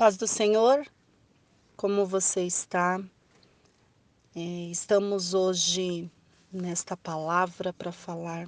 Paz do Senhor, como você está? Estamos hoje nesta palavra para falar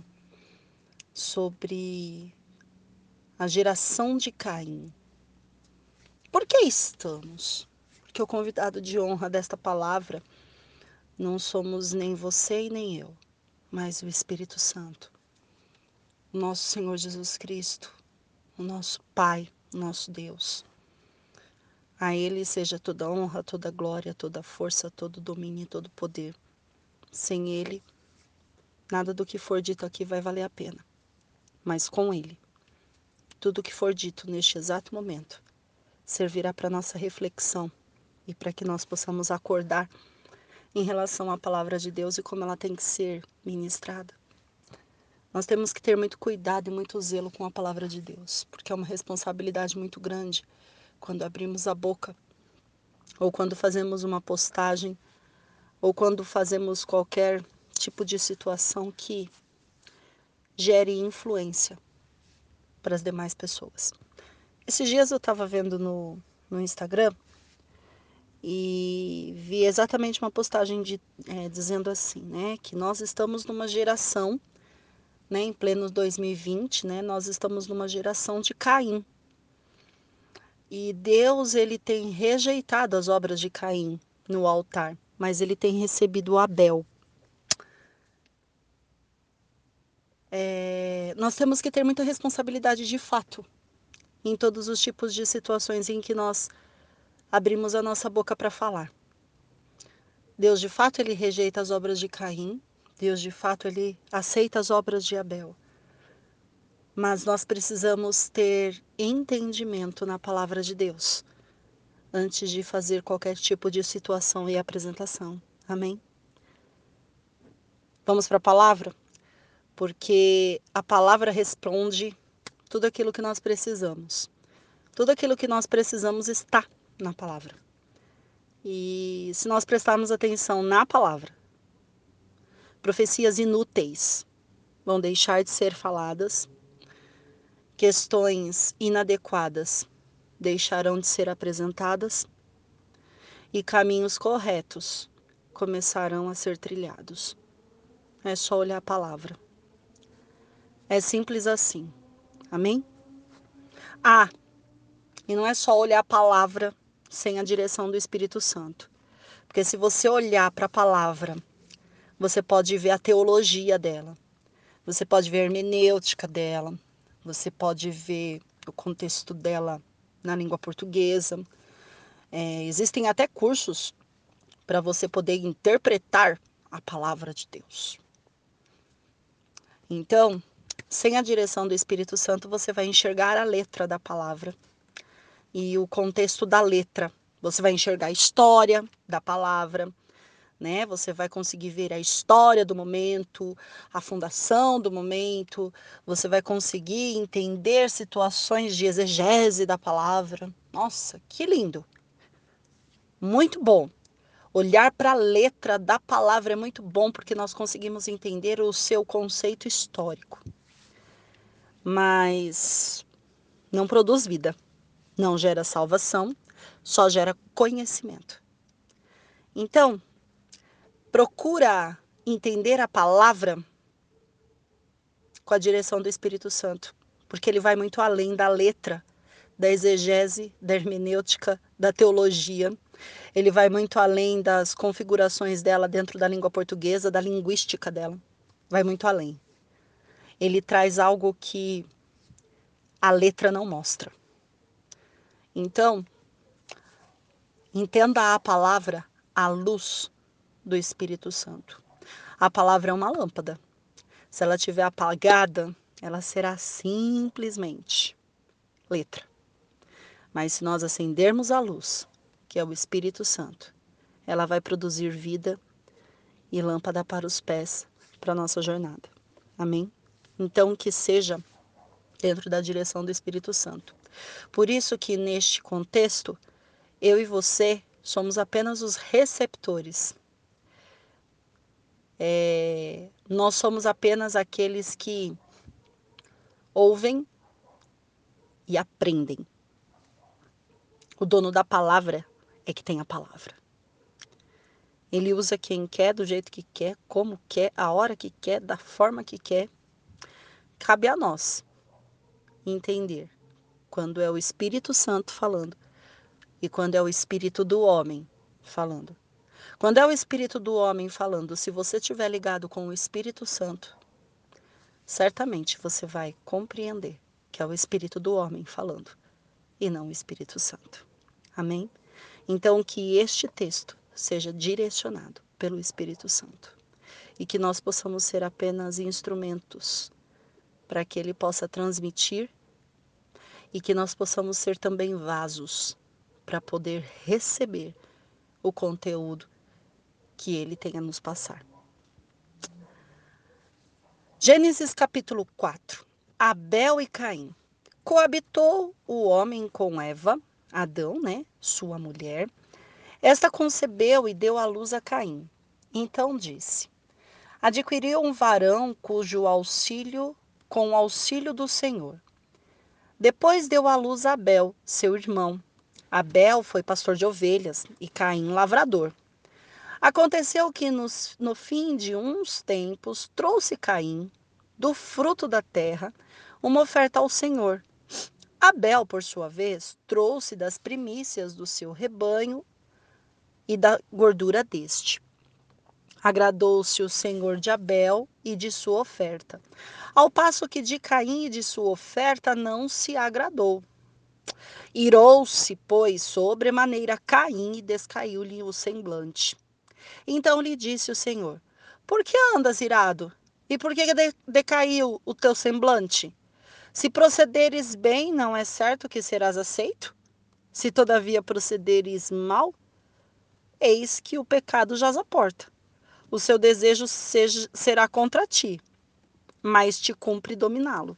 sobre a geração de Caim. Por que estamos? Porque o convidado de honra desta palavra não somos nem você e nem eu, mas o Espírito Santo, o nosso Senhor Jesus Cristo, o nosso Pai, o nosso Deus. A Ele seja toda honra, toda glória, toda força, todo domínio e todo poder. Sem Ele, nada do que for dito aqui vai valer a pena. Mas com Ele, tudo o que for dito neste exato momento servirá para nossa reflexão e para que nós possamos acordar em relação à palavra de Deus e como ela tem que ser ministrada. Nós temos que ter muito cuidado e muito zelo com a palavra de Deus, porque é uma responsabilidade muito grande quando abrimos a boca, ou quando fazemos uma postagem, ou quando fazemos qualquer tipo de situação que gere influência para as demais pessoas. Esses dias eu estava vendo no Instagram e vi exatamente uma postagem dizendo assim, né, que nós estamos numa geração, né, em pleno 2020, né, nós estamos numa geração de Caim. E Deus, ele tem rejeitado as obras de Caim no altar, mas ele tem recebido Abel. Nós temos que ter muita responsabilidade de fato em todos os tipos de situações em que nós abrimos a nossa boca para falar. Deus, de fato, ele rejeita as obras de Caim. Deus, de fato, ele aceita as obras de Abel. Mas nós precisamos ter entendimento na palavra de Deus antes de fazer qualquer tipo de situação e apresentação. Amém? Vamos para a palavra? Porque a palavra responde tudo aquilo que nós precisamos. Tudo aquilo que nós precisamos está na palavra. E se nós prestarmos atenção na palavra, profecias inúteis vão deixar de ser faladas, questões inadequadas deixarão de ser apresentadas e caminhos corretos começarão a ser trilhados. É só olhar a palavra. É simples assim. Amém? E não é só olhar a palavra sem a direção do Espírito Santo. Porque se você olhar para a palavra, você pode ver a teologia dela. Você pode ver a hermenêutica dela. Você pode ver o contexto dela na língua portuguesa. Existem até cursos para você poder interpretar a palavra de Deus. Então, sem a direção do Espírito Santo, você vai enxergar a letra da palavra e o contexto da letra. Você vai enxergar a história da palavra, né? Você vai conseguir ver a história do momento, a fundação do momento. Você vai conseguir entender situações de exegese da palavra. Nossa, que lindo! Muito bom. Olhar para a letra da palavra é muito bom porque nós conseguimos entender o seu conceito histórico. Mas não produz vida, não gera salvação, só gera conhecimento. Então, procura entender a palavra com a direção do Espírito Santo, porque ele vai muito além da letra, da exegese, da hermenêutica, da teologia. Ele vai muito além das configurações dela dentro da língua portuguesa, da linguística dela. Vai muito além. Ele traz algo que a letra não mostra. Então, entenda a palavra à luz do Espírito Santo. A palavra é uma lâmpada. Se ela estiver apagada, ela será simplesmente letra. Mas se nós acendermos a luz, que é o Espírito Santo, ela vai produzir vida e lâmpada para os pés para a nossa jornada. Amém? Então, que seja dentro da direção do Espírito Santo. Por isso que neste contexto, eu e você somos apenas os receptores. Nós somos apenas aqueles que ouvem e aprendem. O dono da palavra é que tem a palavra. Ele usa quem quer, do jeito que quer, como quer, a hora que quer, da forma que quer. Cabe a nós entender quando é o Espírito Santo falando e quando é o espírito do homem falando. Quando é o espírito do homem falando, se você estiver ligado com o Espírito Santo, certamente você vai compreender que é o espírito do homem falando e não o Espírito Santo. Amém? Então, que este texto seja direcionado pelo Espírito Santo e que nós possamos ser apenas instrumentos para que ele possa transmitir e que nós possamos ser também vasos para poder receber o conteúdo que ele tem a nos passar. Gênesis capítulo 4. Abel e Caim. Coabitou o homem com Eva, Adão, sua mulher. Esta concebeu e deu à luz a Caim. Então disse: adquiriu um varão com o auxílio do Senhor. Depois deu à luz a Abel, seu irmão. Abel foi pastor de ovelhas e Caim lavrador. Aconteceu que no fim de uns tempos trouxe Caim, do fruto da terra, uma oferta ao Senhor. Abel, por sua vez, trouxe das primícias do seu rebanho e da gordura deste. Agradou-se o Senhor de Abel e de sua oferta, ao passo que de Caim e de sua oferta não se agradou. Irou-se, pois, sobremaneira Caim e descaiu-lhe o semblante. Então lhe disse o Senhor: por que andas irado? E por que decaiu o teu semblante? Se procederes bem, não é certo que serás aceito? Se todavia procederes mal, eis que o pecado jaz à porta. O seu desejo será contra ti, mas te cumpre dominá-lo.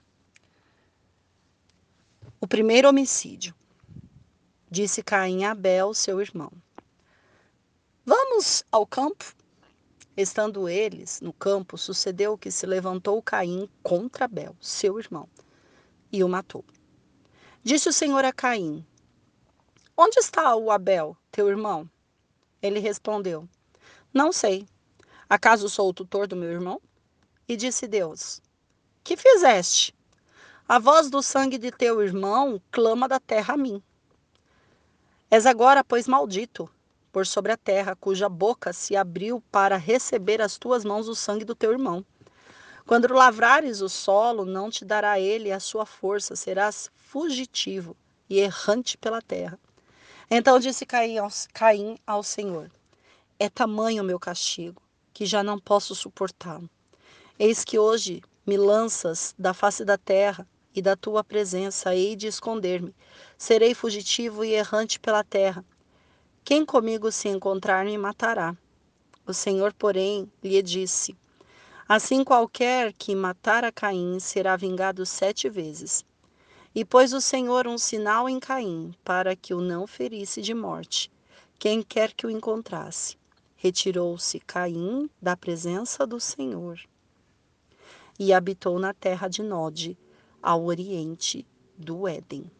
O primeiro homicídio. Disse Caim a Abel, seu irmão: vamos ao campo? Estando eles no campo, sucedeu que se levantou Caim contra Abel, seu irmão, e o matou. Disse o Senhor a Caim: onde está o Abel, teu irmão? Ele respondeu: não sei. Acaso sou o tutor do meu irmão? E disse Deus: que fizeste? A voz do sangue de teu irmão clama da terra a mim. És agora, pois, maldito por sobre a terra, cuja boca se abriu para receber as tuas mãos o sangue do teu irmão. Quando lavrares o solo, não te dará ele a sua força, serás fugitivo e errante pela terra. Então disse Caim ao Senhor: é tamanho o meu castigo, que já não posso suportá-lo. Eis que hoje me lanças da face da terra, e da tua presença hei de esconder-me. Serei fugitivo e errante pela terra. Quem comigo se encontrar me matará. O Senhor, porém, lhe disse: assim qualquer que matar a Caim será vingado 7 vezes. E pôs o Senhor um sinal em Caim, para que o não ferisse de morte, quem quer que o encontrasse. Retirou-se Caim da presença do Senhor e habitou na terra de Nod, ao oriente do Éden.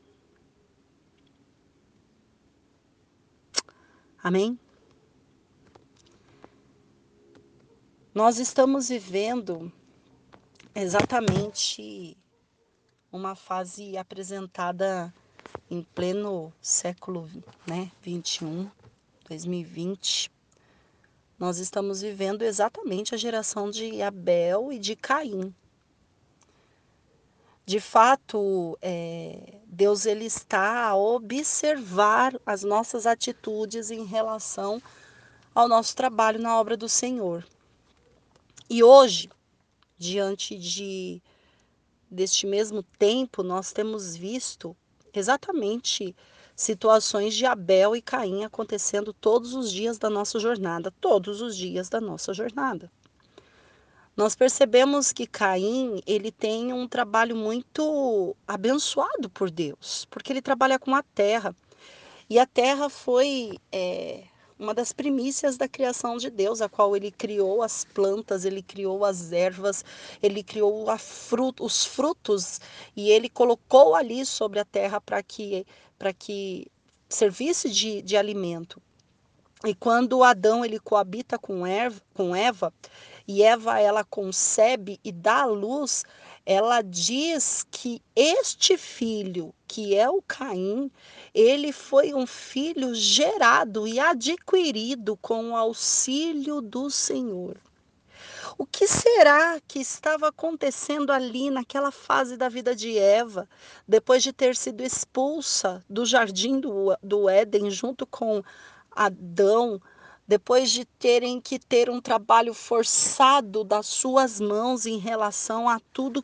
Amém? Nós estamos vivendo exatamente uma fase apresentada em pleno século 21, 2020. Nós estamos vivendo exatamente a geração de Abel e de Caim. De fato, Deus ele está a observar as nossas atitudes em relação ao nosso trabalho na obra do Senhor. E hoje, diante deste mesmo tempo, nós temos visto exatamente situações de Abel e Caim acontecendo todos os dias da nossa jornada, todos os dias da nossa jornada. Nós percebemos que Caim, ele tem um trabalho muito abençoado por Deus, porque ele trabalha com a terra. E a terra foi uma das primícias da criação de Deus, a qual ele criou as plantas, ele criou as ervas, ele criou os frutos, e ele colocou ali sobre a terra para que servisse de alimento. E quando Adão ele coabita com Eva, e Eva ela concebe e dá à luz, ela diz que este filho, que é o Caim, ele foi um filho gerado e adquirido com o auxílio do Senhor. O que será que estava acontecendo ali naquela fase da vida de Eva, depois de ter sido expulsa do jardim do Éden junto com Adão, depois de terem que ter um trabalho forçado das suas mãos em relação a tudo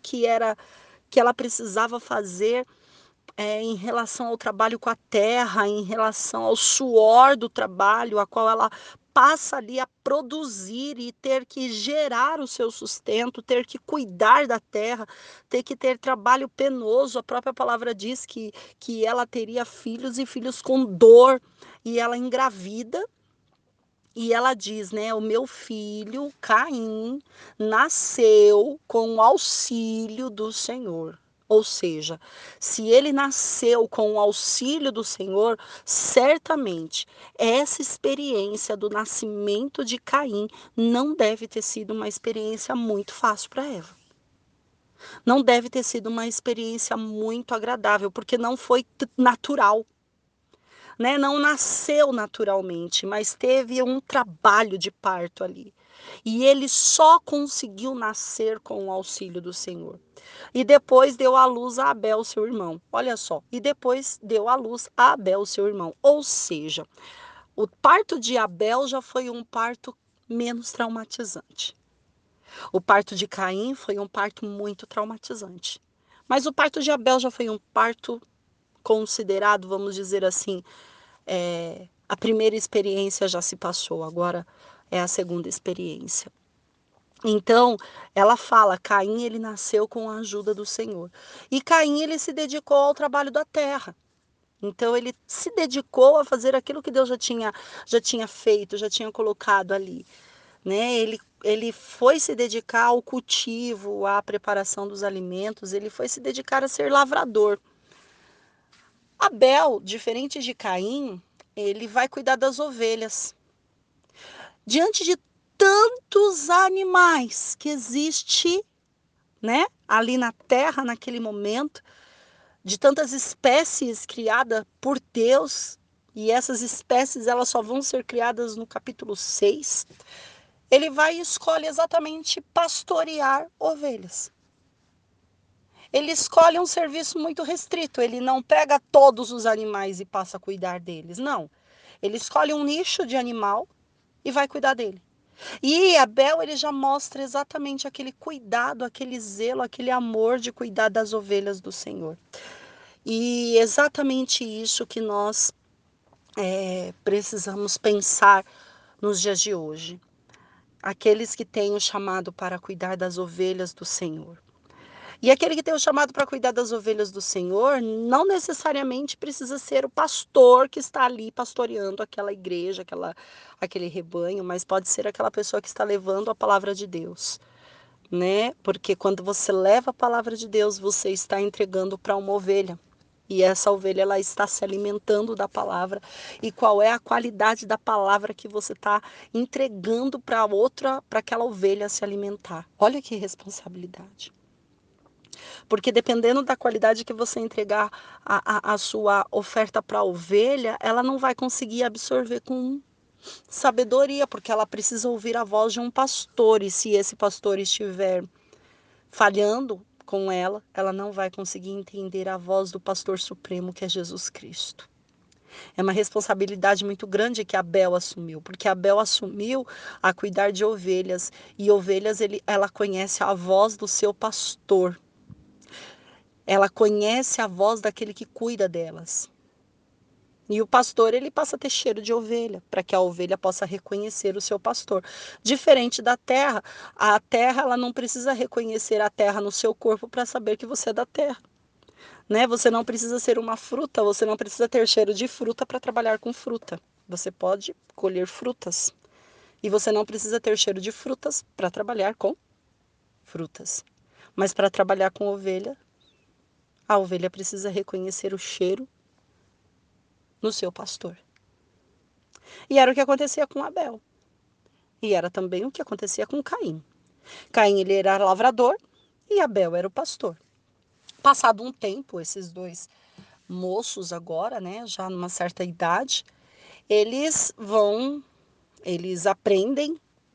que ela precisava fazer, em relação ao trabalho com a terra, em relação ao suor do trabalho, a qual ela passa ali a produzir e ter que gerar o seu sustento, ter que cuidar da terra, ter que ter trabalho penoso. A própria palavra diz que ela teria filhos e filhos com dor, e ela engravida. E ela diz, né, o meu filho Caim nasceu com o auxílio do Senhor. Ou seja, se ele nasceu com o auxílio do Senhor, certamente essa experiência do nascimento de Caim não deve ter sido uma experiência muito fácil para Eva. Não deve ter sido uma experiência muito agradável, porque não foi natural. Né? Não nasceu naturalmente, mas teve um trabalho de parto ali. E ele só conseguiu nascer com o auxílio do Senhor. E depois deu à luz a Abel, seu irmão. Olha só. E depois deu à luz a Abel, seu irmão. Ou seja, o parto de Abel já foi um parto menos traumatizante. O parto de Caim foi um parto muito traumatizante. Mas o parto de Abel já foi um parto considerado, vamos dizer assim, a primeira experiência já se passou, agora é a segunda experiência. Então, ela fala, Caim ele nasceu com a ajuda do Senhor. E Caim ele se dedicou ao trabalho da terra. Então, ele se dedicou a fazer aquilo que Deus já tinha feito, já tinha colocado ali. Né? Ele foi se dedicar ao cultivo, à preparação dos alimentos, ele foi se dedicar a ser lavrador. Abel, diferente de Caim, ele vai cuidar das ovelhas. Diante de tantos animais que existe, né, ali na terra naquele momento, de tantas espécies criadas por Deus, e essas espécies elas só vão ser criadas no capítulo 6, ele vai e escolhe exatamente pastorear ovelhas. Ele escolhe um serviço muito restrito, ele não pega todos os animais e passa a cuidar deles, não. Ele escolhe um nicho de animal e vai cuidar dele. E Abel, ele já mostra exatamente aquele cuidado, aquele zelo, aquele amor de cuidar das ovelhas do Senhor. E exatamente isso que nós precisamos pensar nos dias de hoje. Aqueles que têm o chamado para cuidar das ovelhas do Senhor. E aquele que tem o chamado para cuidar das ovelhas do Senhor, não necessariamente precisa ser o pastor que está ali pastoreando aquela igreja, aquele rebanho, mas pode ser aquela pessoa que está levando a palavra de Deus, né? Porque quando você leva a palavra de Deus, você está entregando para uma ovelha. E essa ovelha ela está se alimentando da palavra. E qual é a qualidade da palavra que você está entregando para aquela ovelha se alimentar? Olha que responsabilidade. Porque dependendo da qualidade que você entregar a sua oferta para a ovelha, ela não vai conseguir absorver com sabedoria, porque ela precisa ouvir a voz de um pastor. E se esse pastor estiver falhando com ela, ela não vai conseguir entender a voz do pastor supremo, que é Jesus Cristo. É uma responsabilidade muito grande que Abel assumiu, porque Abel assumiu a cuidar de ovelhas, e ovelhas ela conhece a voz do seu pastor. Ela conhece a voz daquele que cuida delas. E o pastor, ele passa a ter cheiro de ovelha, para que a ovelha possa reconhecer o seu pastor. Diferente da terra, a terra ela não precisa reconhecer a terra no seu corpo para saber que você é da terra. Né? Você não precisa ser uma fruta, você não precisa ter cheiro de fruta para trabalhar com fruta. você pode colher frutas. E você não precisa ter cheiro de frutas para trabalhar com frutas. Mas para trabalhar com ovelha, a ovelha precisa reconhecer o cheiro no seu pastor. E era o que acontecia com Abel. E era também o que acontecia com Caim. Caim, ele era lavrador e Abel era o pastor. Passado um tempo, esses dois moços agora, né, já numa certa idade, eles aprendem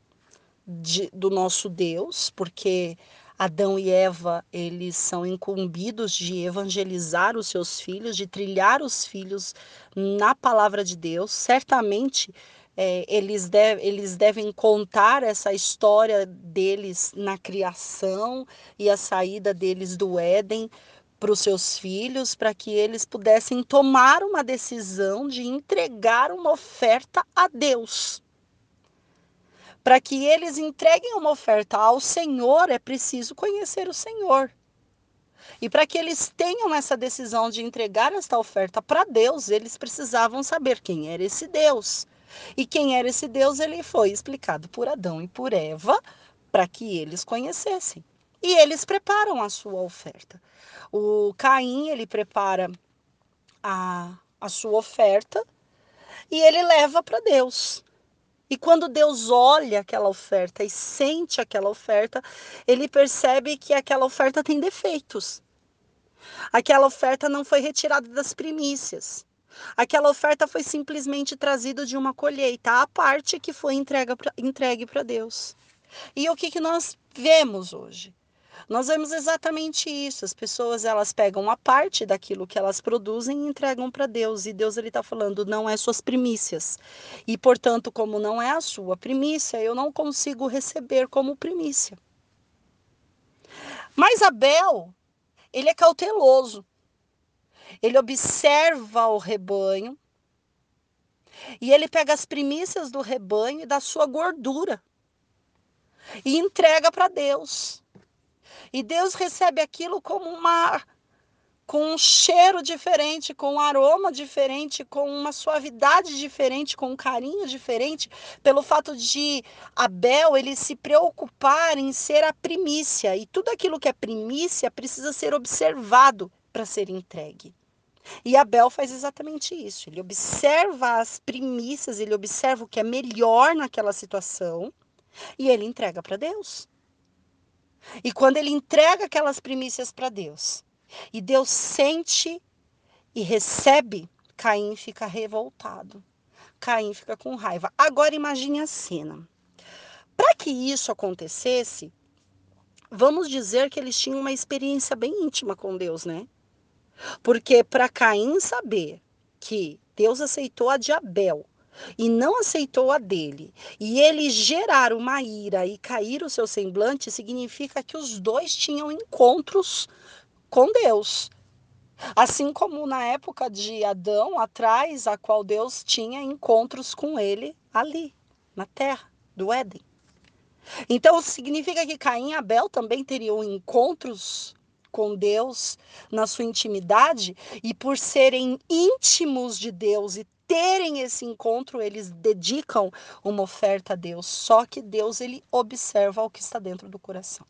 do nosso Deus, porque Adão e Eva, eles são incumbidos de evangelizar os seus filhos, de trilhar os filhos na palavra de Deus. Certamente, eles devem contar essa história deles na criação e a saída deles do Éden para os seus filhos, para que eles pudessem tomar uma decisão de entregar uma oferta a Deus. Para que eles entreguem uma oferta ao Senhor, é preciso conhecer o Senhor. E para que eles tenham essa decisão de entregar esta oferta para Deus, eles precisavam saber quem era esse Deus. E quem era esse Deus, ele foi explicado por Adão e por Eva, para que eles conhecessem. E eles preparam a sua oferta. O Caim, ele prepara a sua oferta e ele leva para Deus. E quando Deus olha aquela oferta e sente aquela oferta, ele percebe que aquela oferta tem defeitos. Aquela oferta não foi retirada das primícias. Aquela oferta foi simplesmente trazida de uma colheita, a parte que foi entregue para Deus. E o que nós vemos hoje? Nós vemos exatamente isso. As pessoas, elas pegam a parte daquilo que elas produzem e entregam para Deus. E Deus, ele está falando, não é suas primícias. E, portanto, como não é a sua primícia, eu não consigo receber como primícia. Mas Abel, ele é cauteloso. Ele observa o rebanho. E ele pega as primícias do rebanho e da sua gordura. E entrega para Deus. E Deus recebe aquilo como com um cheiro diferente, com um aroma diferente, com uma suavidade diferente, com um carinho diferente, pelo fato de Abel, ele se preocupar em ser a primícia. E tudo aquilo que é primícia precisa ser observado para ser entregue. E Abel faz exatamente isso. Ele observa as primícias, ele observa o que é melhor naquela situação e ele entrega para Deus. E quando ele entrega aquelas primícias para Deus, e Deus sente e recebe, Caim fica revoltado. Caim fica com raiva. Agora imagine a cena. Para que isso acontecesse, vamos dizer que eles tinham uma experiência bem íntima com Deus, né? Porque para Caim saber que Deus aceitou a de Abel e não aceitou a dele, e ele gerar uma ira e cair o seu semblante, significa que os dois tinham encontros com Deus. Assim como na época de Adão, atrás, a qual Deus tinha encontros com ele ali, na terra do Éden. Então, significa que Caim e Abel também teriam encontros com Deus na sua intimidade, e por serem íntimos de Deus e terem esse encontro, eles dedicam uma oferta a Deus. Só que Deus, ele observa o que está dentro do coração.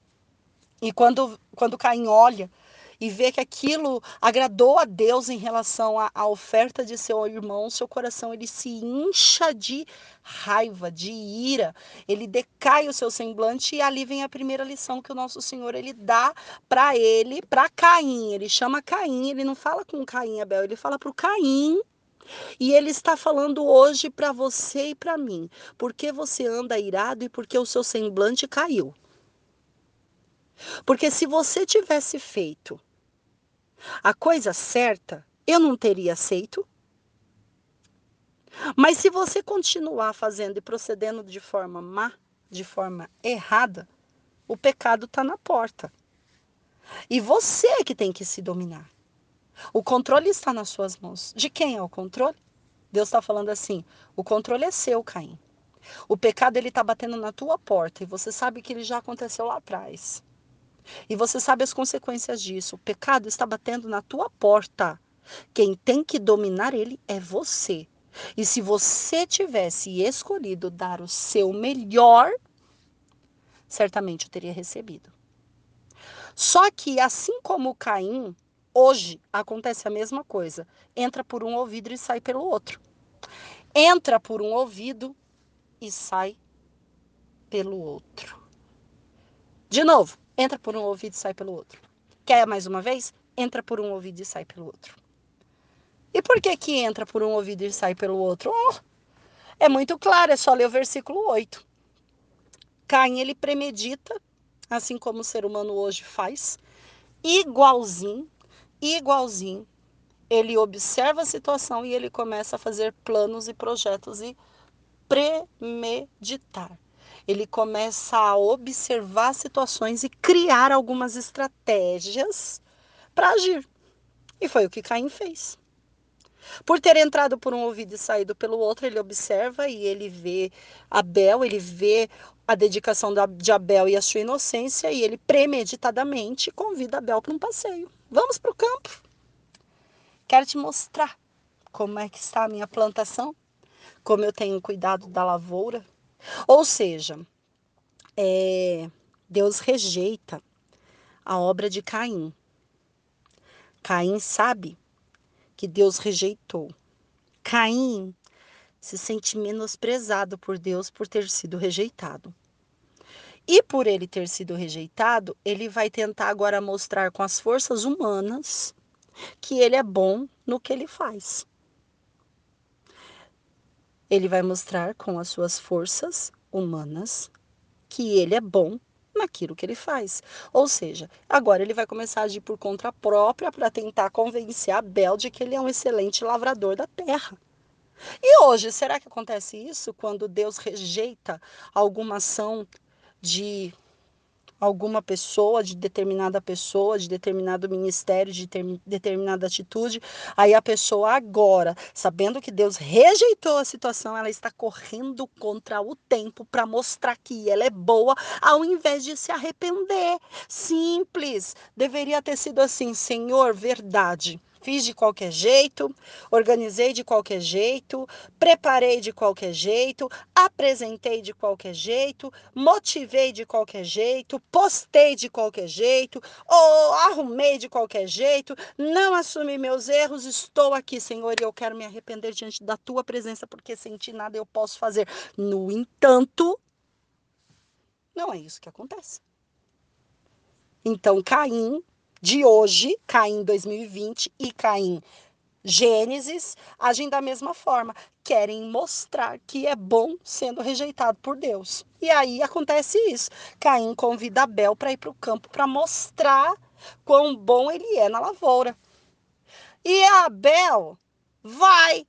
E quando Caim olha e vê que aquilo agradou a Deus em relação à oferta de seu irmão, seu coração, ele se incha de raiva, de ira, ele decai o seu semblante, e ali vem a primeira lição que o nosso Senhor, ele dá para ele, para Caim. Ele chama Caim, ele não fala com Caim e Abel, ele fala para o Caim. E ele está falando hoje para você e para mim, porque você anda irado e porque o seu semblante caiu. Porque se você tivesse feito a coisa certa, eu não teria aceito. Mas se você continuar fazendo e procedendo de forma má, de forma errada, o pecado está na porta. E você é que tem que se dominar. O controle está nas suas mãos. De quem é o controle? Deus está falando assim, o controle é seu, Caim. O pecado, ele está batendo na tua porta e você sabe que ele já aconteceu lá atrás. E você sabe as consequências disso. O pecado está batendo na tua porta. Quem tem que dominar ele é você. E se você tivesse escolhido dar o seu melhor, certamente eu teria recebido. Só que, assim como Caim, hoje acontece a mesma coisa. Entra por um ouvido e sai pelo outro. Entra por um ouvido e sai pelo outro. De novo, entra por um ouvido e sai pelo outro. Quer mais uma vez? Entra por um ouvido e sai pelo outro. E por que que entra por um ouvido e sai pelo outro? Oh, é muito claro, é só ler o versículo 8. Caim, ele premedita, assim como o ser humano hoje faz, igualzinho, igualzinho. Ele observa a situação e ele começa a fazer planos e projetos e premeditar. Ele começa a observar situações e criar algumas estratégias para agir. E foi o que Caim fez. Por ter entrado por um ouvido e saído pelo outro, ele observa e ele vê Abel, ele vê a dedicação de Abel e a sua inocência, e ele premeditadamente convida Abel para um passeio. Vamos para o campo. Quero te mostrar como é que está a minha plantação, como eu tenho cuidado da lavoura. Ou seja, Deus rejeita a obra de Caim. Caim sabe que Deus rejeitou. Caim se sente menosprezado por Deus por ter sido rejeitado. E por ele ter sido rejeitado, ele vai tentar agora mostrar com as forças humanas que ele é bom no que ele faz. Ele vai mostrar com as suas forças humanas que ele é bom naquilo que ele faz. Ou seja, agora ele vai começar a agir por conta própria para tentar convencer Abel de que ele é um excelente lavrador da terra. E hoje, será que acontece isso quando Deus rejeita alguma ação de alguma pessoa, de determinado ministério, de determinada atitude? Aí a pessoa agora, sabendo que Deus rejeitou a situação, ela está correndo contra o tempo para mostrar que ela é boa, ao invés de se arrepender. Simples. Deveria ter sido assim: Senhor, verdade. Fiz de qualquer jeito, organizei de qualquer jeito, preparei de qualquer jeito, apresentei de qualquer jeito, motivei de qualquer jeito, postei de qualquer jeito, ou arrumei de qualquer jeito, não assumi meus erros, estou aqui, Senhor, e eu quero me arrepender diante da tua presença, porque sem ti nada eu posso fazer. No entanto, não é isso que acontece. Então, Caim de hoje, Caim 2020 e Caim Gênesis agem da mesma forma, querem mostrar que é bom sendo rejeitado por Deus. E aí acontece isso. Caim convida Abel para ir para o campo para mostrar quão bom ele é na lavoura. E Abel vai.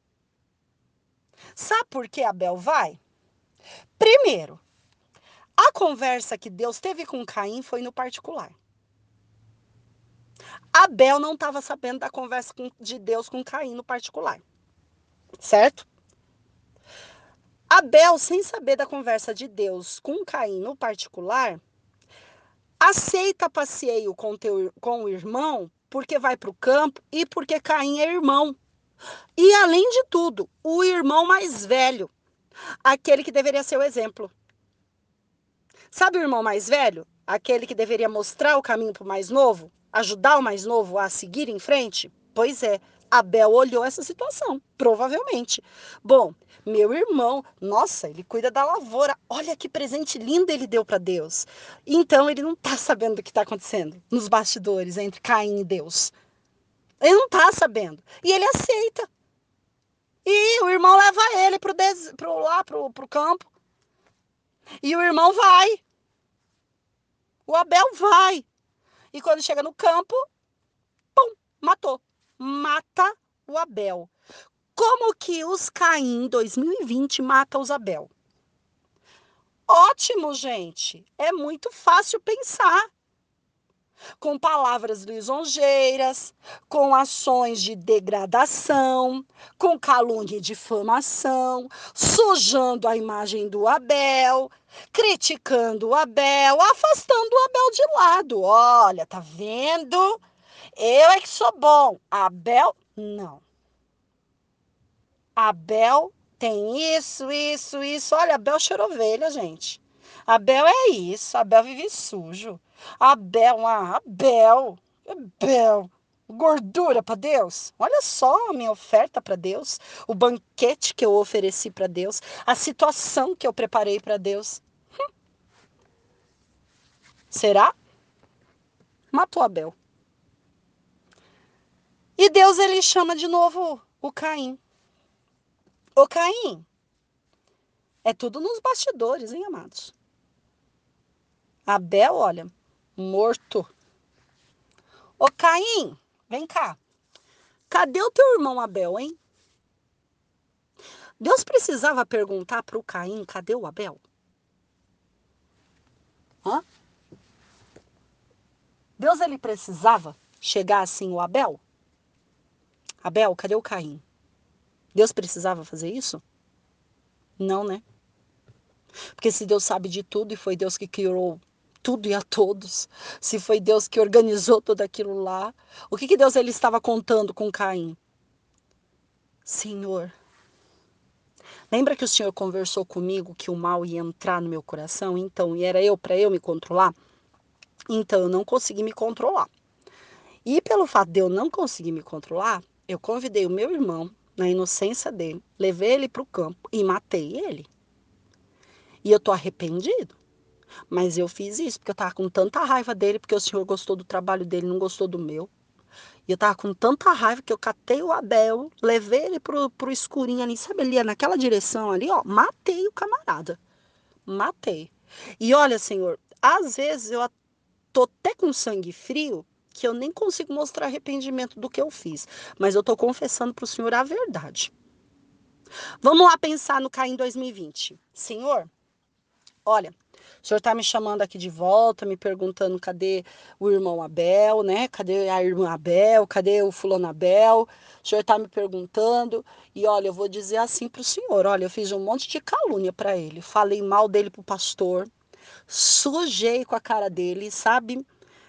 Sabe por que Abel vai? Primeiro, a conversa que Deus teve com Caim foi no particular. Abel não estava sabendo da conversa de Deus com Caim no particular, certo? Abel, sem saber da conversa de Deus com Caim no particular, aceita passeio com o irmão porque vai para o campo e porque Caim é irmão. E, além de tudo, o irmão mais velho, aquele que deveria ser o exemplo. Sabe o irmão mais velho? Aquele que deveria mostrar o caminho para o mais novo? Ajudar o mais novo a seguir em frente? Pois é, Abel olhou essa situação, provavelmente. Bom, meu irmão, nossa, ele cuida da lavoura. Olha que presente lindo ele deu para Deus. Então ele não está sabendo do que está acontecendo nos bastidores entre Caim e Deus. Ele não está sabendo. E ele aceita. E o irmão leva ele pro campo. E o irmão vai. O Abel vai. E quando chega no campo, pum, matou. Mata o Abel. Como que os Caim 2020 matam os Abel? Ótimo, gente. É muito fácil pensar. Com palavras lisonjeiras, com ações de degradação, com calúnia e difamação, sujando a imagem do Abel, criticando o Abel, afastando o Abel de lado. Olha, tá vendo? Eu é que sou bom. Abel, não. Abel tem isso. Olha, Abel cheira ovelha, gente. Abel é isso, Abel vive sujo. Abel, gordura para Deus. Olha só a minha oferta para Deus, o banquete que eu ofereci para Deus, a situação que eu preparei para Deus. Será? Matou Abel. E Deus ele chama de novo o Caim. O Caim, é tudo nos bastidores, hein, amados? Abel, olha, morto. Ô Caim, vem cá. Cadê o teu irmão Abel, hein? Deus precisava perguntar para o Caim, cadê o Abel? Hã? Deus ele precisava chegar assim, o Abel? Abel, cadê o Caim? Deus precisava fazer isso? Não, né? Porque se Deus sabe de tudo e foi Deus que criou tudo e a todos, se foi Deus que organizou tudo aquilo lá, o que Deus ele estava contando com Caim? Senhor, lembra que o Senhor conversou comigo que o mal ia entrar no meu coração? Então, e era eu para eu me controlar? Então, eu não consegui me controlar. E pelo fato de eu não conseguir me controlar, eu convidei o meu irmão, na inocência dele, levei ele para o campo e matei ele. E eu tô arrependido. Mas eu fiz isso porque eu tava com tanta raiva dele, porque o Senhor gostou do trabalho dele, não gostou do meu. E eu tava com tanta raiva que eu catei o Abel, levei ele pro escurinho ali, sabe, ali naquela direção ali, ó, matei o camarada. Matei. E olha, Senhor, às vezes eu tô até com sangue frio, que eu nem consigo mostrar arrependimento do que eu fiz. Mas eu tô confessando pro Senhor a verdade. Vamos lá pensar no Caim 2020. Senhor, olha, o senhor está me chamando aqui de volta, me perguntando cadê o irmão Abel, né? Cadê a irmã Abel? Cadê o fulano Abel? O senhor está me perguntando. E olha, eu vou dizer assim para o senhor: olha, eu fiz um monte de calúnia para ele. Falei mal dele para o pastor, sujei com a cara dele, sabe?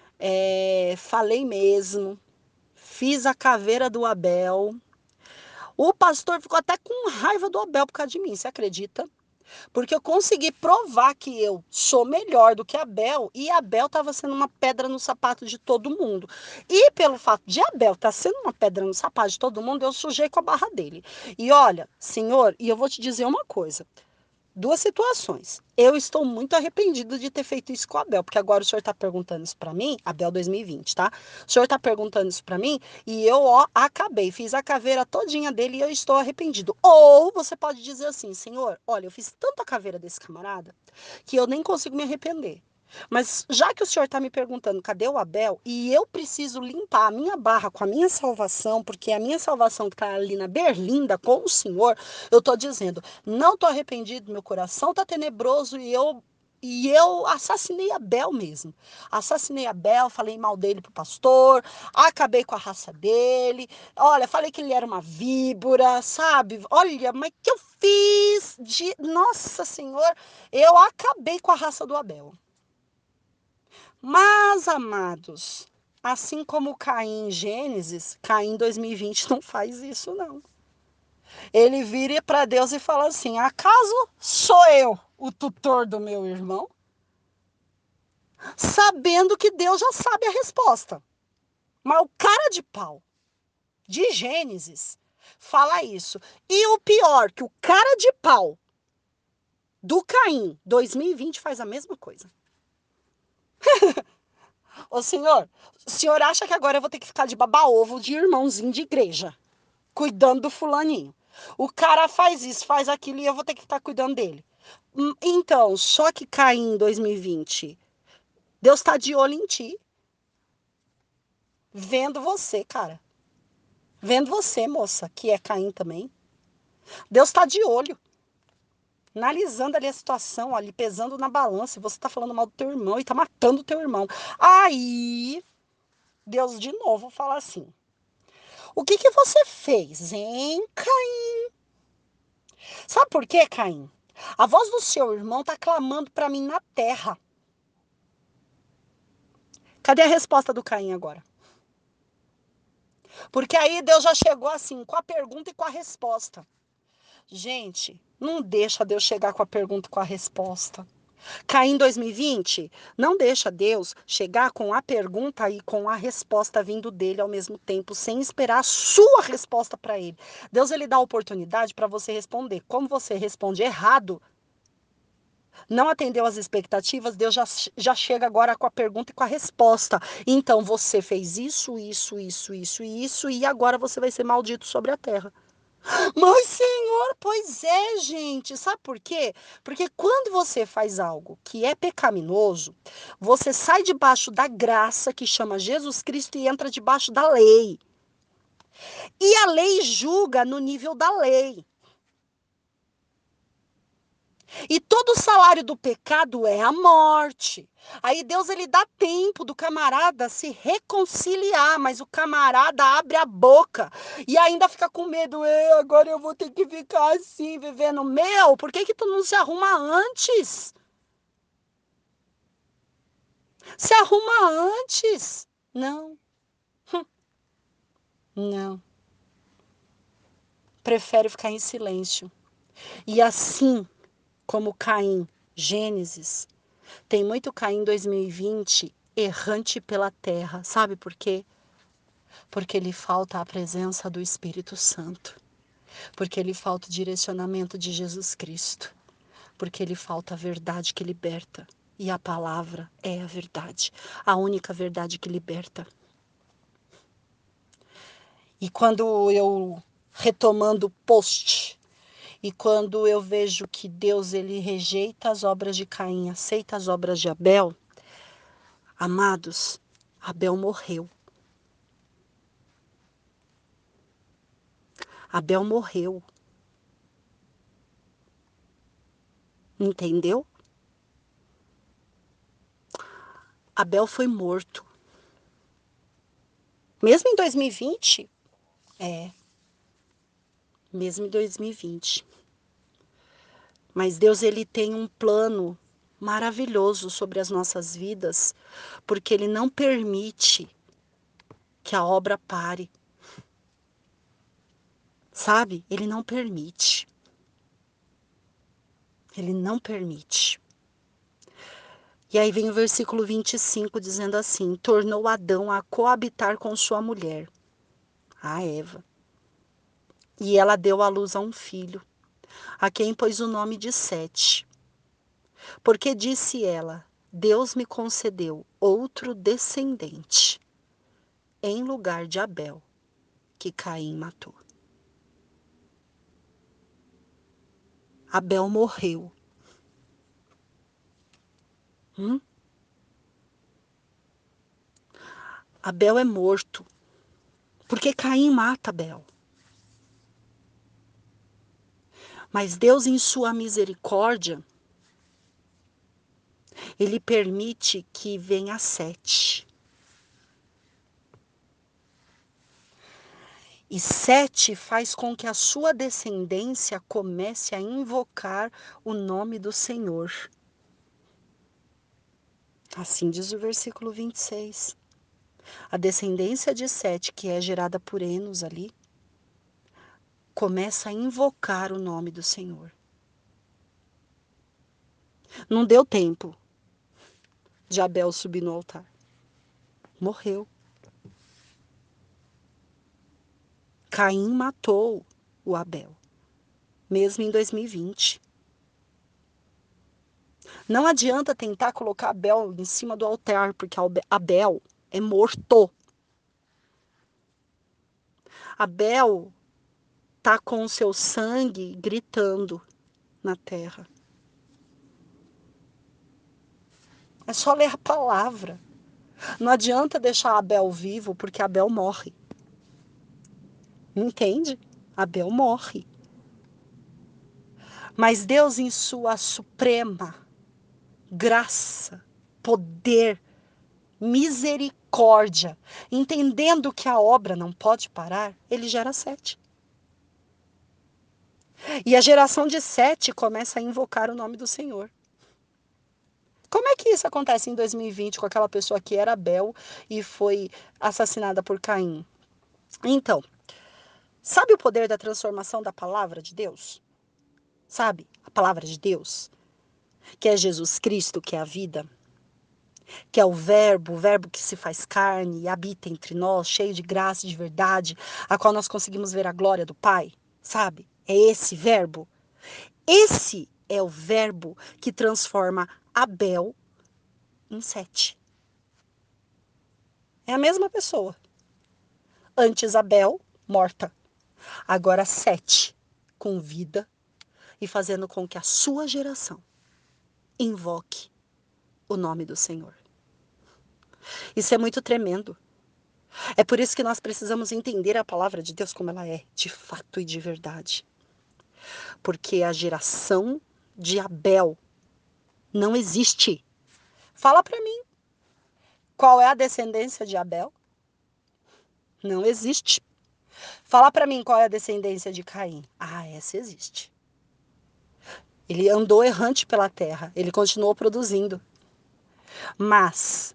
Falei mesmo. Fiz a caveira do Abel. O pastor ficou até com raiva do Abel por causa de mim, você acredita? Porque eu consegui provar que eu sou melhor do que Abel e Abel estava sendo uma pedra no sapato de todo mundo. E pelo fato de Abel estar sendo uma pedra no sapato de todo mundo, eu sujei com a barra dele. E olha, senhor, e eu vou te dizer uma coisa. Duas situações. Eu estou muito arrependido de ter feito isso com o Abel, porque agora o senhor está perguntando isso para mim, Abel 2020, tá? O senhor está perguntando isso para mim e eu, ó, acabei, fiz a caveira todinha dele e eu estou arrependido. Ou você pode dizer assim, senhor, olha, eu fiz tanta caveira desse camarada que eu nem consigo me arrepender. Mas já que o senhor está me perguntando cadê o Abel e eu preciso limpar a minha barra com a minha salvação, porque é a minha salvação que está ali na berlinda com o senhor, eu estou dizendo, não estou arrependido, meu coração está tenebroso e eu assassinei Abel mesmo. Assassinei Abel, falei mal dele pro pastor, acabei com a raça dele. Olha, falei que ele era uma víbora, sabe? Olha, mas que eu fiz de. Nossa Senhor, eu acabei com a raça do Abel. Mas, amados, assim como Caim em Gênesis, Caim 2020 não faz isso, não. Ele vira para Deus e fala assim: acaso sou eu o tutor do meu irmão? Sabendo que Deus já sabe a resposta. Mas o cara de pau de Gênesis fala isso. E o pior, que o cara de pau do Caim 2020 faz a mesma coisa. Ô senhor, o senhor acha que agora eu vou ter que ficar de baba-ovo de irmãozinho de igreja, cuidando do fulaninho? O cara faz isso, faz aquilo e eu vou ter que ficar cuidando dele. Então, só que Caim 2020, Deus está de olho em ti, vendo você, cara. Vendo você, moça, que é Caim também. Deus está de olho, analisando ali a situação, ali pesando na balança, e você está falando mal do teu irmão e está matando o teu irmão. Aí, Deus de novo fala assim: o que você fez, hein, Caim? Sabe por quê, Caim? A voz do seu irmão está clamando para mim na terra. Cadê a resposta do Caim agora? Porque aí Deus já chegou assim, com a pergunta e com a resposta. Gente, não deixa Deus chegar com a pergunta e com a resposta. Caim 2020, não deixa Deus chegar com a pergunta e com a resposta vindo dele ao mesmo tempo, sem esperar a sua resposta para ele. Deus ele dá a oportunidade para você responder. Como você responde errado, não atendeu às expectativas, Deus já chega agora com a pergunta e com a resposta. Então você fez isso, isso, isso, isso e isso, e agora você vai ser maldito sobre a terra. Mas, Senhor, pois é, gente. Sabe por quê? Porque quando você faz algo que é pecaminoso, você sai debaixo da graça que chama Jesus Cristo e entra debaixo da lei. E a lei julga no nível da lei. E todo o salário do pecado é a morte. Aí Deus ele dá tempo do camarada se reconciliar, mas o camarada abre a boca e ainda fica com medo. Agora eu vou ter que ficar assim, vivendo. Meu, por que que tu não se arruma antes? Se arruma antes. Não, não. Prefere ficar em silêncio. E assim como Caim, Gênesis, tem muito Caim 2020 errante pela terra. Sabe por quê? Porque lhe falta a presença do Espírito Santo. Porque lhe falta o direcionamento de Jesus Cristo. Porque lhe falta a verdade que liberta. E a palavra é a verdade. A única verdade que liberta. E quando eu, retomando o post, e quando eu vejo que Deus ele rejeita as obras de Caim, aceita as obras de Abel, amados, Abel morreu. Abel morreu. Entendeu? Abel foi morto. Mesmo em 2020? É, mesmo em 2020. Mas Deus ele tem um plano maravilhoso sobre as nossas vidas, porque ele não permite que a obra pare. Sabe? Ele não permite. Ele não permite. E aí vem o versículo 25 dizendo assim: tornou Adão a coabitar com sua mulher, a Eva. E ela deu à luz a um filho, a quem pôs o nome de Sete. Porque disse ela: Deus me concedeu outro descendente, em lugar de Abel, que Caim matou. Abel morreu. Hum? Abel é morto. Porque Caim mata Abel. Mas Deus, em sua misericórdia, ele permite que venha Sete. E Sete faz com que a sua descendência comece a invocar o nome do Senhor. Assim diz o versículo 26. A descendência de Sete, que é gerada por Enos ali, começa a invocar o nome do Senhor. Não deu tempo de Abel subir no altar. Morreu. Caim matou o Abel, mesmo em 2020. Não adianta tentar colocar Abel em cima do altar, porque Abel é morto. Abel tá com o seu sangue gritando na terra. É só ler a palavra. Não adianta deixar Abel vivo, porque Abel morre. Entende? Abel morre. Mas Deus, em sua suprema graça, poder, misericórdia, entendendo que a obra não pode parar, ele gera Sete. E a geração de Sete começa a invocar o nome do Senhor. Como é que isso acontece em 2020 com aquela pessoa que era Abel e foi assassinada por Caim? Então, sabe o poder da transformação da palavra de Deus? sabe? A palavra de Deus, que é Jesus Cristo, que é a vida, que é o verbo que se faz carne e habita entre nós, cheio de graça e de verdade, a qual nós conseguimos ver a glória do Pai, sabe? É esse verbo. Esse é o verbo que transforma Abel em Sete. É a mesma pessoa. Antes Abel, morta. Agora Sete, com vida e fazendo com que a sua geração invoque o nome do Senhor. Isso é muito tremendo. É por isso que nós precisamos entender a palavra de Deus como ela é, de fato e de verdade. Porque a geração de Abel não existe. Fala para mim, qual é a descendência de Abel? Não existe. Fala para mim qual é a descendência de Caim. Ah, essa existe. Ele andou errante pela terra, ele continuou produzindo. Mas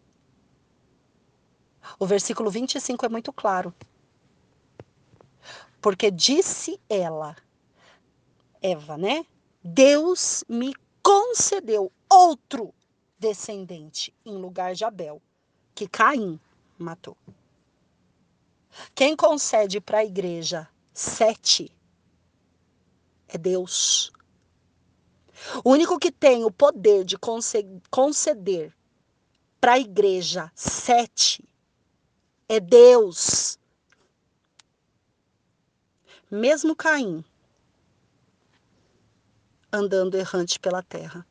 o versículo 25 é muito claro. Porque disse ela, Eva, né? Deus me concedeu outro descendente em lugar de Abel, que Caim matou. Quem concede para a igreja Sete é Deus. O único que tem o poder de conceder para a igreja Sete é Deus. Mesmo Caim andando errante pela terra.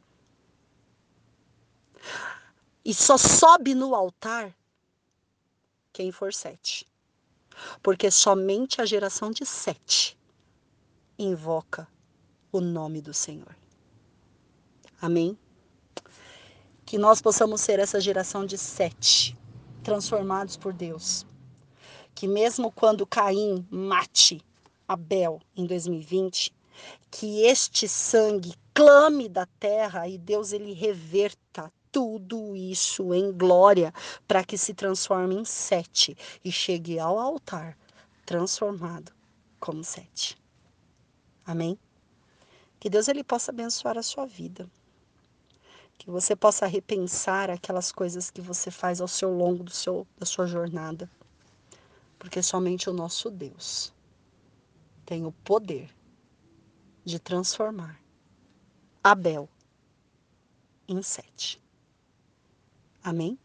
E só sobe no altar quem for Sete. Porque somente a geração de Sete invoca o nome do Senhor. Amém? Que nós possamos ser essa geração de Sete, transformados por Deus. Que mesmo quando Caim mate Abel em 2020, que este sangue clame da terra e Deus ele reverta tudo isso em glória para que se transforme em Sete e chegue ao altar transformado como Sete. Amém? Que Deus ele possa abençoar a sua vida. Que você possa repensar aquelas coisas que você faz ao seu longo da sua jornada. Porque somente o nosso Deus tem o poder de transformar Abel em Sete. Amém?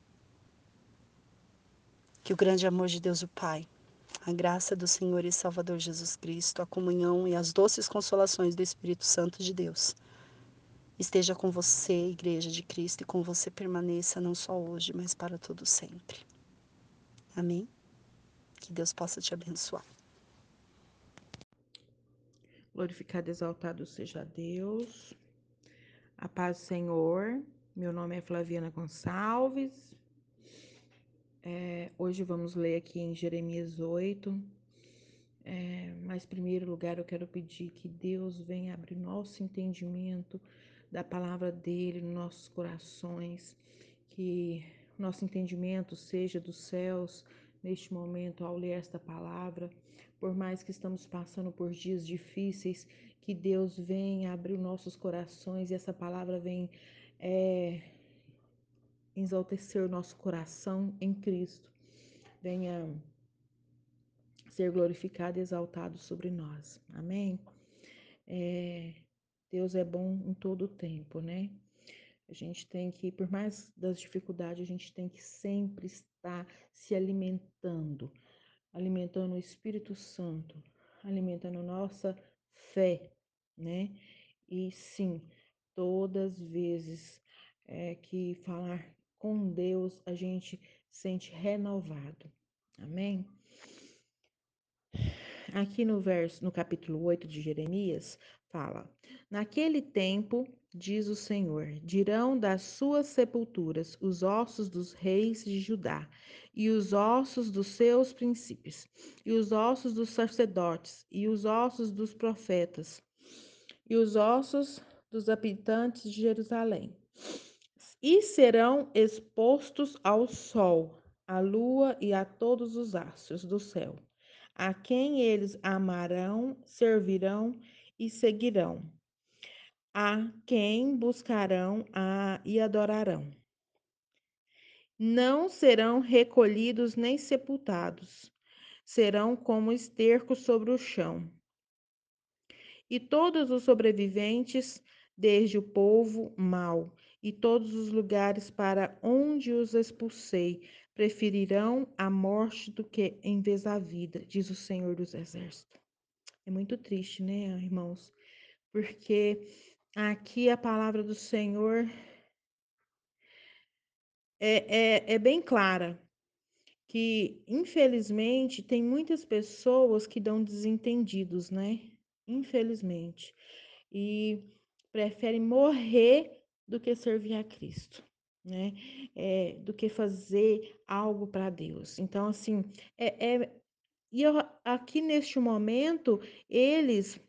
Que o grande amor de Deus o Pai, a graça do Senhor e Salvador Jesus Cristo, a comunhão e as doces consolações do Espírito Santo de Deus esteja com você, Igreja de Cristo, e com você permaneça não só hoje, mas para todo sempre. Amém? Que Deus possa te abençoar. Glorificado e exaltado seja Deus. A paz do Senhor. Meu nome é Flaviana Gonçalves. Hoje vamos ler aqui em Jeremias 8. Mas, em primeiro lugar, eu quero pedir que Deus venha abrir nosso entendimento da palavra dele nos nossos corações, que nosso entendimento seja dos céus neste momento ao ler esta palavra. Por mais que estamos passando por dias difíceis, que Deus venha abrir nossos corações e essa palavra venha exaltecer o nosso coração em Cristo. Venha ser glorificado e exaltado sobre nós. Amém? Deus é bom em todo o tempo, né? A gente tem que, por mais das dificuldades, a gente tem que sempre estar se alimentando, alimentando o Espírito Santo, alimentando nossa fé, né? E sim, todas as vezes que falar com Deus, a gente sente renovado. Amém? Aqui no capítulo 8 de Jeremias, fala: Naquele tempo, diz o Senhor, dirão das suas sepulturas os ossos dos reis de Judá, e os ossos dos seus príncipes, e os ossos dos sacerdotes, e os ossos dos profetas, e os ossos dos habitantes de Jerusalém. E serão expostos ao sol, à lua e a todos os astros do céu, a quem eles amarão, servirão e seguirão, a quem buscarão e adorarão. Não serão recolhidos nem sepultados, serão como esterco sobre o chão. E todos os sobreviventes, desde o povo mau e todos os lugares para onde os expulsei, preferirão a morte do que em vez da vida, diz o Senhor dos Exércitos. É muito triste, né, irmãos? Porque aqui a palavra do Senhor é bem clara, que infelizmente tem muitas pessoas que dão desentendidos, né? Infelizmente. E preferem morrer do que servir a Cristo, né? Do que fazer algo para Deus. Então, assim, e aqui neste momento, eles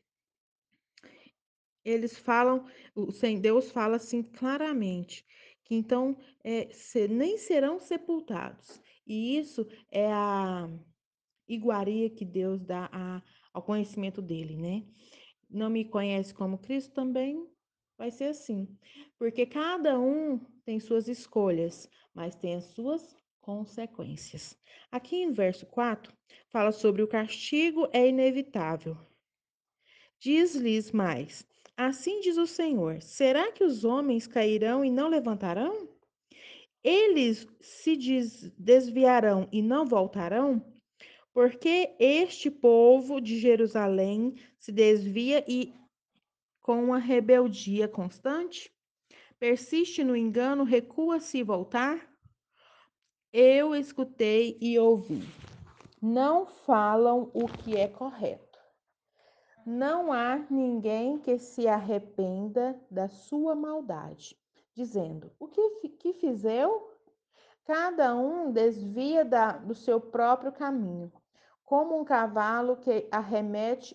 eles falam, Deus fala assim claramente, que então nem serão sepultados. E isso é a iguaria que Deus dá ao conhecimento dele, né? Não me conhece como Cristo também vai ser assim. Porque cada um tem suas escolhas, mas tem as suas consequências. Aqui em verso 4, fala sobre o castigo é inevitável. Diz-lhes mais: assim diz o Senhor: será que os homens cairão e não levantarão? Eles se desviarão e não voltarão? Porque este povo de Jerusalém se desvia e com uma rebeldia constante, persiste no engano, recua-se e voltar? Eu escutei e ouvi. Não falam o que é correto. Não há ninguém que se arrependa da sua maldade, dizendo: o que fiz eu? Cada um desvia do seu próprio caminho, como um cavalo que arremete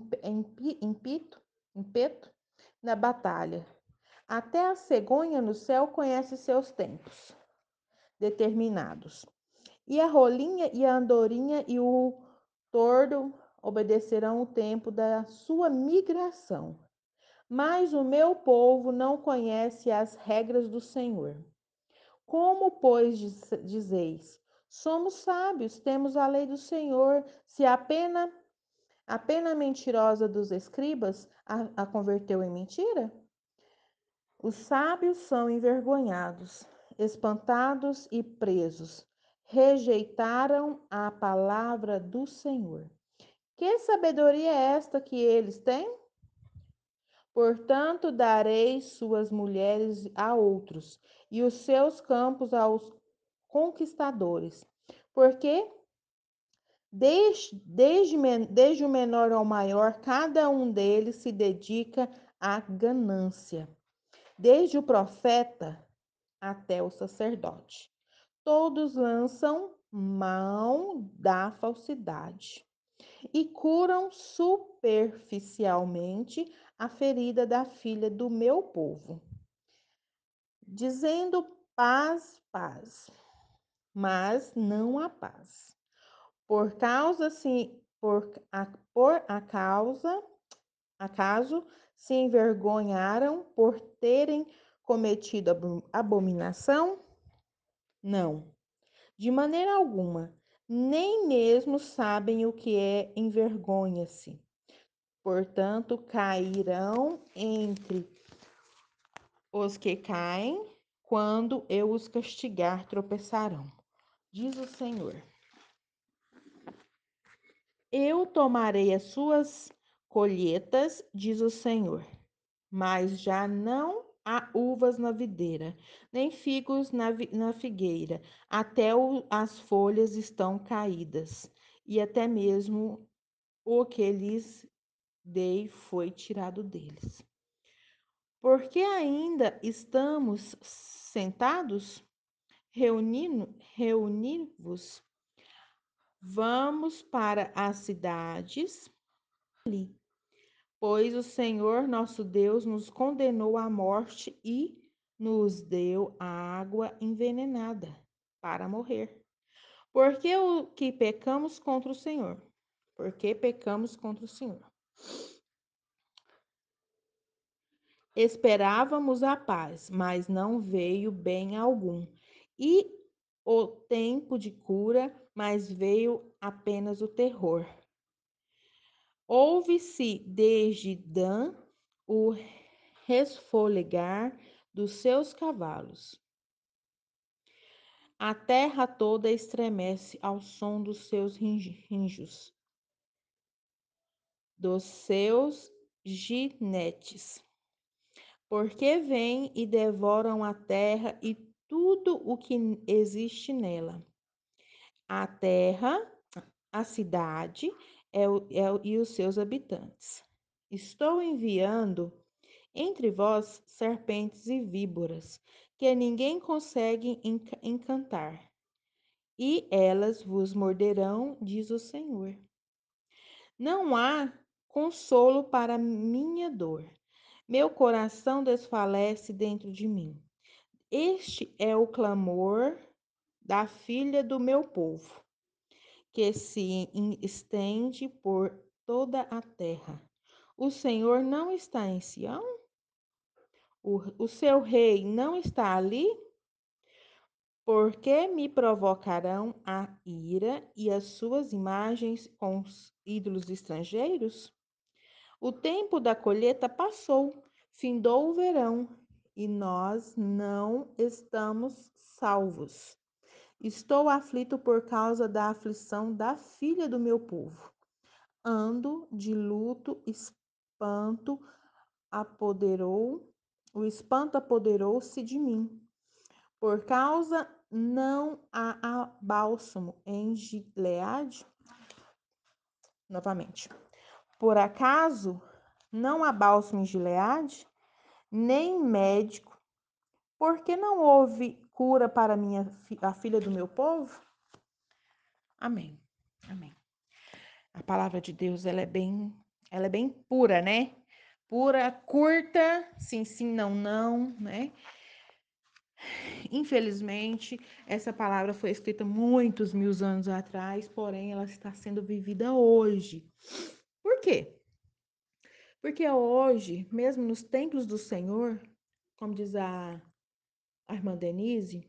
em peto na batalha. Até a cegonha no céu conhece seus tempos determinados. E a rolinha e a andorinha e o tordo obedecerão o tempo da sua migração. Mas o meu povo não conhece as regras do Senhor. Como, pois, dizeis: somos sábios, temos a lei do Senhor, se a pena mentirosa dos escribas a converteu em mentira? Os sábios são envergonhados, espantados e presos. Rejeitaram a palavra do Senhor. Que sabedoria é esta que eles têm? Portanto, darei suas mulheres a outros, e os seus campos aos conquistadores. Porque desde o menor ao maior, cada um deles se dedica à ganância. Desde o profeta até o sacerdote. Todos lançam mão da falsidade e curam superficialmente a ferida da filha do meu povo, dizendo paz, paz, mas não há paz. Por causa se por a causa acaso se envergonharam por terem cometido abominação? Não, de maneira alguma. Nem mesmo sabem o que é envergonha-se. Portanto, cairão entre os que caem, quando eu os castigar, tropeçarão. Diz o Senhor. Eu tomarei as suas colheitas, diz o Senhor, mas já não há uvas na videira, nem figos na figueira, até as folhas estão caídas, e até mesmo o que lhes dei foi tirado deles. Porque ainda estamos sentados, reuni-vos, vamos para as cidades ali, pois o Senhor nosso Deus nos condenou à morte e nos deu a água envenenada para morrer. Porque o que pecamos contra o Senhor? Porque pecamos contra o Senhor. Esperávamos a paz, mas não veio bem algum. E o tempo de cura, mas veio apenas o terror. Ouve-se desde Dan o resfolegar dos seus cavalos. A terra toda estremece ao som dos seus rinjos, dos seus ginetes. Porque vêm e devoram a terra e tudo o que existe nela. A terra, a cidade e os seus habitantes. Estou enviando entre vós serpentes e víboras, que ninguém consegue encantar, e elas vos morderão, diz o Senhor. Não há consolo para minha dor. Meu coração desfalece dentro de mim. Este é o clamor da filha do meu povo, que se estende por toda a terra. O Senhor não está em Sião? O seu rei não está ali? Porque me provocarão a ira e as suas imagens com os ídolos estrangeiros? O tempo da colheita passou, findou o verão, e nós não estamos salvos. Estou aflito por causa da aflição da filha do meu povo. Ando de luto, apoderou, o espanto apoderou-se de mim. Por causa não há bálsamo em Gileade? Novamente. Por acaso não há bálsamo em Gileade, nem médico? Por que não houve cura para a filha do meu povo? Amém. Amém. A palavra de Deus, ela é bem pura, né? Pura, curta, sim, sim, não, não, né? Infelizmente, essa palavra foi escrita muitos mil anos atrás, porém ela está sendo vivida hoje. Por quê? Porque hoje, mesmo nos templos do Senhor, como diz a irmã Denise,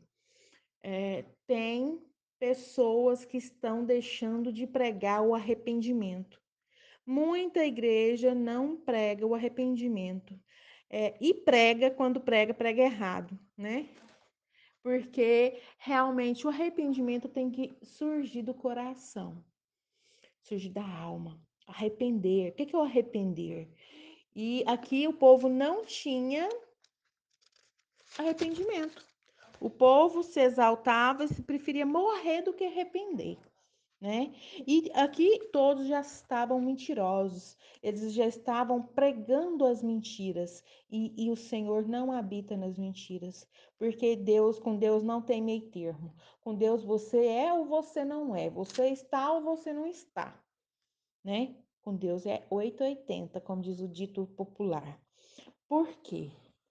tem pessoas que estão deixando de pregar o arrependimento. Muita igreja não prega o arrependimento. E prega, quando prega, prega errado, né? Porque realmente o arrependimento tem que surgir do coração, surgir da alma. Arrepender. O que é o arrepender? E aqui o povo não tinha arrependimento. O povo se exaltava e se preferia morrer do que arrepender, né? E aqui todos já estavam mentirosos, eles já estavam pregando as mentiras, e o Senhor não habita nas mentiras, porque com Deus não tem meio termo. Com Deus você é ou você não é, você está ou você não está, né? Com Deus é 880, como diz o dito popular. Por quê?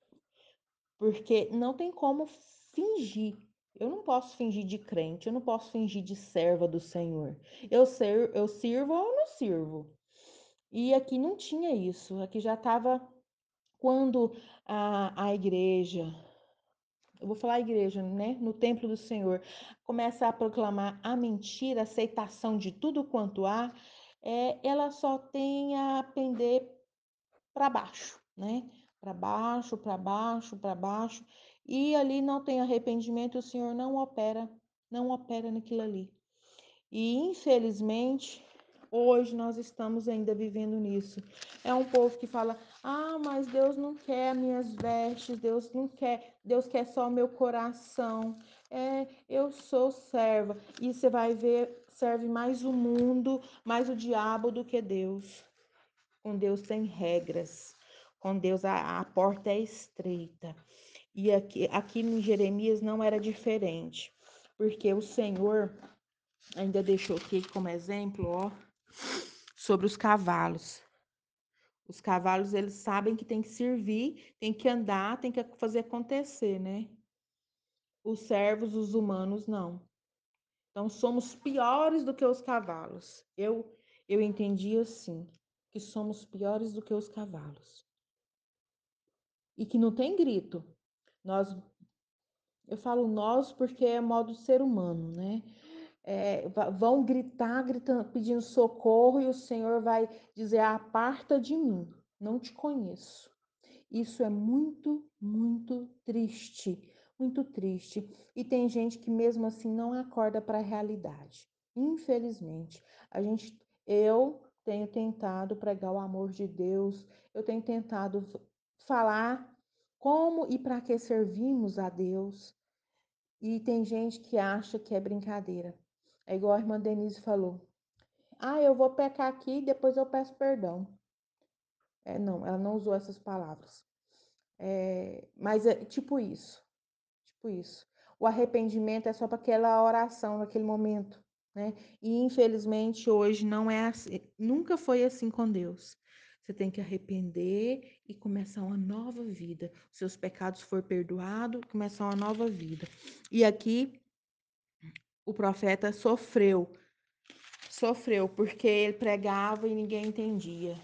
Porque não tem como fingir. Eu não posso fingir de crente, eu não posso fingir de serva do Senhor. Eu sirvo ou não sirvo. E aqui não tinha isso. Aqui já estava quando a igreja, eu vou falar igreja, né? No templo do Senhor, começa a proclamar a mentira, a aceitação de tudo quanto há, ela só tem a pender para baixo, né? Para baixo, para baixo, para baixo. E ali não tem arrependimento, o Senhor não opera naquilo ali. E infelizmente, hoje nós estamos ainda vivendo nisso. É um povo que fala: "Ah, mas Deus não quer minhas vestes, Deus não quer, Deus quer só meu coração. Eu sou serva". E você vai ver, serve mais o mundo, mais o diabo do que Deus. Com Deus tem regras. Com Deus a porta é estreita. E aqui em Jeremias não era diferente. Porque o Senhor ainda deixou aqui como exemplo, ó, sobre os cavalos. Os cavalos, eles sabem que tem que servir, tem que andar, tem que fazer acontecer, né? Os servos, os humanos, não. Então, somos piores do que os cavalos. Eu entendi assim, que somos piores do que os cavalos. e que não tem grito. Nós, eu falo nós porque é modo ser humano, né? Vão gritar, gritando, pedindo socorro, e o Senhor vai dizer: aparta de mim, não te conheço. Isso é muito, muito triste, muito triste. E tem gente que mesmo assim não acorda para a realidade. Infelizmente, eu tenho tentado pregar o amor de Deus, eu tenho tentado falar como e para que servimos a Deus. E tem gente que acha que é brincadeira. É igual a irmã Denise falou: ah, eu vou pecar aqui e depois eu peço perdão. Não, ela não usou essas palavras. Mas é tipo isso, tipo isso. O arrependimento é só para aquela oração naquele momento, né? E infelizmente hoje não é assim, nunca foi assim com Deus. Você tem que arrepender e começar uma nova vida. Seus pecados foram perdoados, começar uma nova vida. E aqui o profeta sofreu porque ele pregava e ninguém entendia.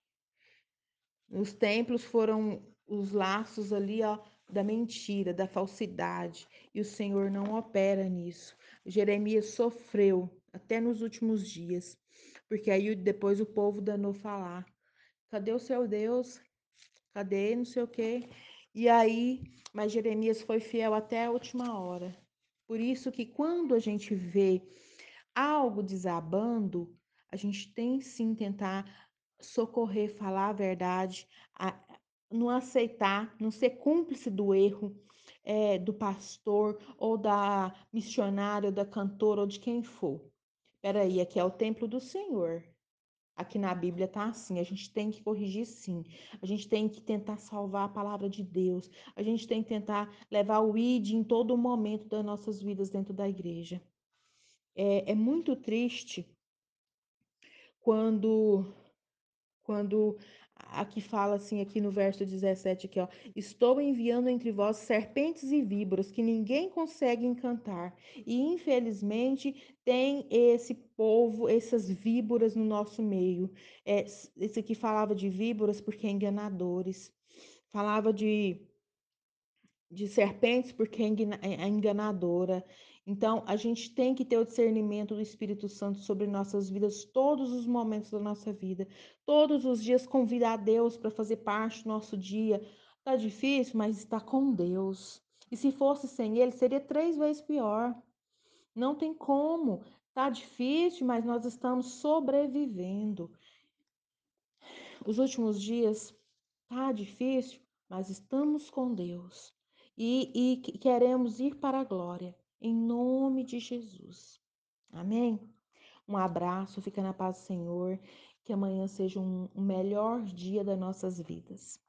Os templos foram os laços ali, ó, da mentira, da falsidade, e o Senhor não opera nisso. Jeremias sofreu até nos últimos dias, porque aí depois o povo danou falar: cadê o seu Deus? Cadê não sei o quê? E aí, mas Jeremias foi fiel até a última hora. Por isso que quando a gente vê algo desabando, a gente tem sim tentar socorrer, falar a verdade, a, não aceitar, não ser cúmplice do erro do pastor ou da missionária, ou da cantora ou de quem for. Peraí, aqui é o templo do Senhor. Aqui na Bíblia tá assim, a gente tem que corrigir sim. A gente tem que tentar salvar a palavra de Deus. A gente tem que tentar levar o ID em todo momento das nossas vidas dentro da igreja. É muito triste quando quando aqui fala assim, aqui no verso 17, aqui, ó, estou enviando entre vós serpentes e víboras que ninguém consegue encantar. E infelizmente tem esse povo, essas víboras no nosso meio. Esse aqui falava de víboras porque é enganadores. Falava de serpentes porque é enganadora. Então, a gente tem que ter o discernimento do Espírito Santo sobre nossas vidas, todos os momentos da nossa vida. Todos os dias convidar a Deus para fazer parte do nosso dia. Tá difícil, mas está com Deus. E se fosse sem Ele, seria 3 vezes pior. Não tem como. Tá difícil, mas nós estamos sobrevivendo. Os últimos dias tá difícil, mas estamos com Deus e queremos ir para a glória, em nome de Jesus. Amém? Um abraço, fica na paz do Senhor, que amanhã seja um melhor dia das nossas vidas.